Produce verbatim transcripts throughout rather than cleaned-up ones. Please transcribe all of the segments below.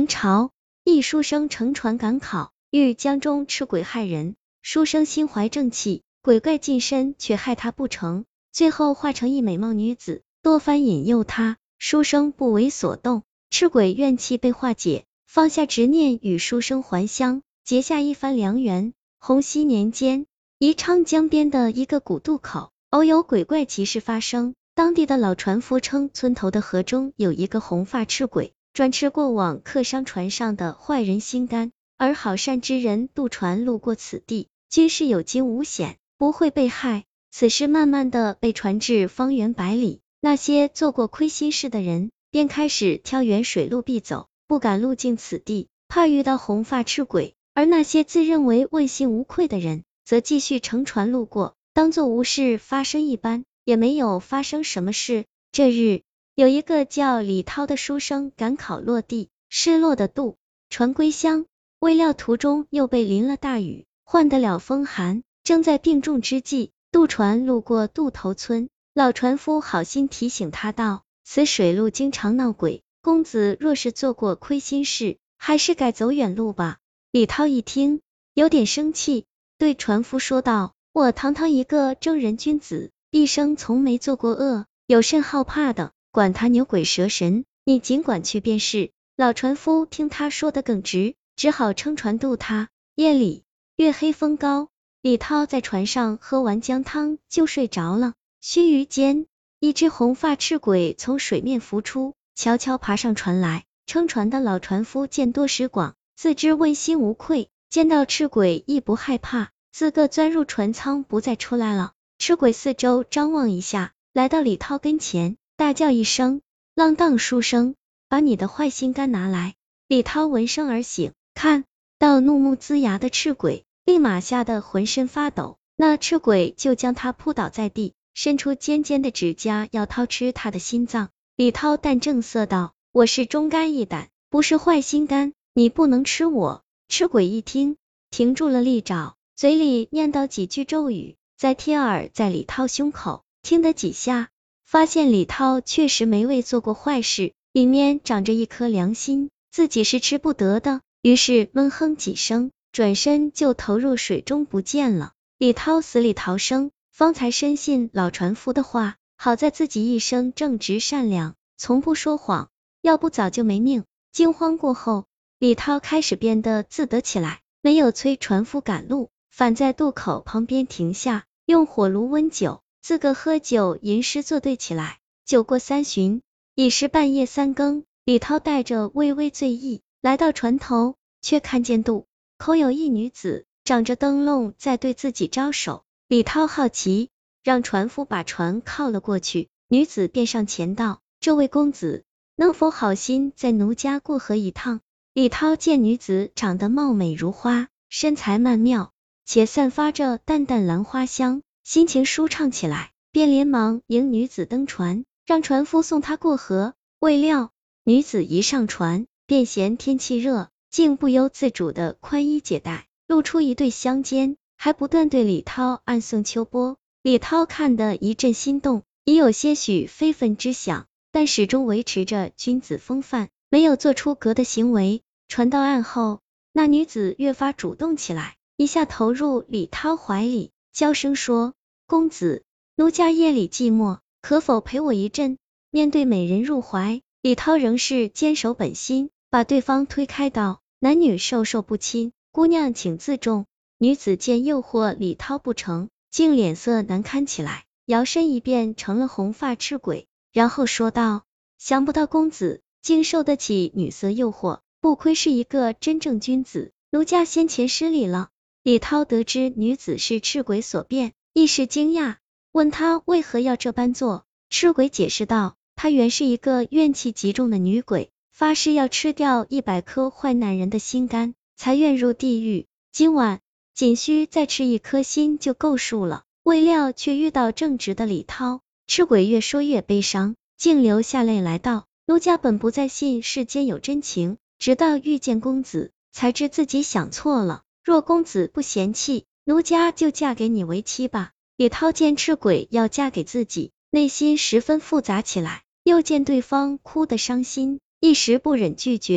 朝，一书生乘船赶考，遇江中赤鬼害人，书生心怀正气，鬼怪近身却害他不成，最后化成一美貌女子，多番引诱他，书生不为所动，赤鬼怨气被化解，放下执念与书生还乡，结下一番良缘。洪熙年间，宜昌江边的一个古渡口，偶有鬼怪奇事发生，当地的老船夫称村头的河中有一个红发赤鬼，专吃过往客商船上的坏人心肝，而好善之人渡船路过此地，均是有惊无险，不会被害。此事慢慢的被传至方圆百里，那些做过亏心事的人便开始挑远水路避走，不敢路经此地，怕遇到红发赤鬼，而那些自认为问心无愧的人则继续乘船路过，当作无事发生一般，也没有发生什么事。这日，有一个叫李涛的书生赶考落地，失落的渡船归乡，未料途中又被淋了大雨，患得了风寒，正在病重之际，渡船路过渡头村，老船夫好心提醒他道：此水路经常闹鬼，公子若是做过亏心事，还是改走远路吧。李涛一听，有点生气，对船夫说道：我堂堂一个正人君子，一生从没做过恶，有甚好怕的，管他牛鬼蛇神，你尽管去便是。老船夫听他说的更直，只好撑船渡他。夜里，月黑风高，李涛在船上喝完姜汤就睡着了，须臾间，一只红发赤鬼从水面浮出，悄悄爬上船来。撑船的老船夫见多识广，自知问心无愧，见到赤鬼亦不害怕，自个钻入船舱不再出来了。赤鬼四周张望一下，来到李涛跟前，大叫一声：浪荡书生，把你的坏心肝拿来。李涛闻声而醒，看到怒目龇牙的赤鬼，立马吓得浑身发抖，那赤鬼就将他扑倒在地，伸出尖尖的指甲要掏吃他的心脏。李涛淡正色道：我是忠肝义胆，不是坏心肝，你不能吃我。赤鬼一听，停住了利爪，嘴里念叨几句咒语，再贴耳在李涛胸口听得几下，发现李涛确实没为做过坏事，里面长着一颗良心，自己是吃不得的，于是闷哼几声，转身就投入水中不见了。李涛死里逃生，方才深信老船夫的话，好在自己一生正直善良，从不说谎，要不早就没命。惊慌过后，李涛开始变得自得起来，没有催船夫赶路，反在渡口旁边停下，用火炉温酒，自个喝酒吟诗作对起来。酒过三巡，已是半夜三更，李涛带着微微醉意来到船头，却看见渡口有一女子长着灯笼在对自己招手。李涛好奇，让船夫把船靠了过去，女子便上前道：这位公子，能否好心在奴家过河一趟？李涛见女子长得貌美如花，身材曼妙，且散发着淡淡兰花香，心情舒畅起来，便连忙迎女子登船，让船夫送她过河。未料女子一上船，便嫌天气热，竟不由自主的宽衣解带，露出一对香肩，还不断对李涛暗送秋波。李涛看得一阵心动，已有些许非分之想，但始终维持着君子风范，没有做出格的行为。船到岸后，那女子越发主动起来，一下投入李涛怀里，娇声说：公子，奴家夜里寂寞，可否陪我一阵？面对美人入怀，李涛仍是坚守本心，把对方推开道：男女授受不亲，姑娘请自重。女子见诱惑李涛不成，竟脸色难堪起来，摇身一变成了红发赤鬼，然后说道：想不到公子竟受得起女色诱惑，不愧是一个真正君子，奴家先前失礼了。李涛得知女子是赤鬼所变，一时惊讶，问她为何要这般做。赤鬼解释道：她原是一个怨气极重的女鬼，发誓要吃掉一百颗坏男人的心肝，才愿入地狱，今晚仅需再吃一颗心就够数了。未料却遇到正直的李涛，赤鬼越说越悲伤，竟流下泪来道：奴家本不再信世间有真情，直到遇见公子，才知自己想错了。若公子不嫌弃，奴家就嫁给你为妻吧。李涛见赤鬼要嫁给自己，内心十分复杂起来，又见对方哭得伤心，一时不忍拒绝，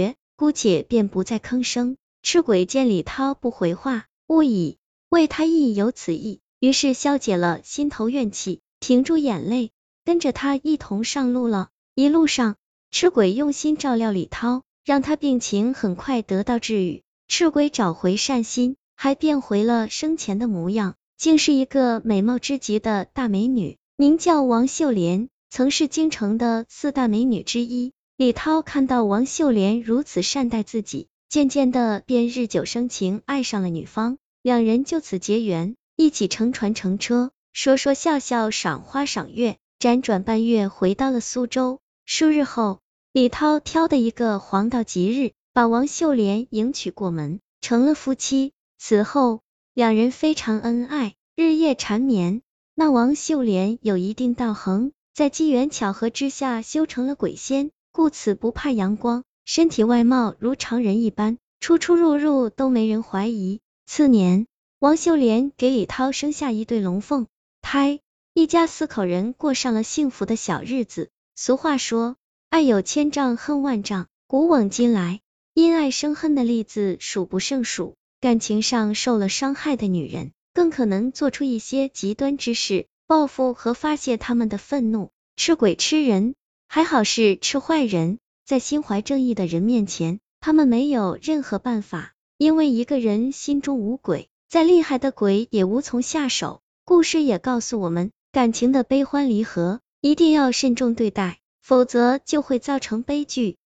姑且便不再吭声。赤鬼见李涛不回话，误以为他亦有此意，于是消解了心头怨气，停住眼泪，跟着他一同上路了。一路上，赤鬼用心照料李涛，让他病情很快得到治愈。赤鬼找回善心，还变回了生前的模样，竟是一个美貌之极的大美女，名叫王秀莲，曾是京城的四大美女之一。李涛看到王秀莲如此善待自己，渐渐的便日久生情，爱上了女方，两人就此结缘，一起乘船乘车，说说笑笑，赏花赏月，辗转半月回到了苏州。数日后，李涛挑的一个黄道吉日，把王秀莲迎娶过门，成了夫妻。此后两人非常恩爱，日夜缠绵。那王秀莲有一定道行，在机缘巧合之下修成了鬼仙，故此不怕阳光，身体外貌如常人一般，出出入入都没人怀疑。次年，王秀莲给李涛生下一对龙凤胎，一家四口人过上了幸福的小日子。俗话说，爱有千丈恨万丈，古往今来，因爱生恨的例子数不胜数。感情上受了伤害的女人，更可能做出一些极端之事，报复和发泄他们的愤怒。吃鬼吃人，还好是吃坏人，在心怀正义的人面前，他们没有任何办法，因为一个人心中无鬼，再厉害的鬼也无从下手。故事也告诉我们，感情的悲欢离合一定要慎重对待，否则就会造成悲剧。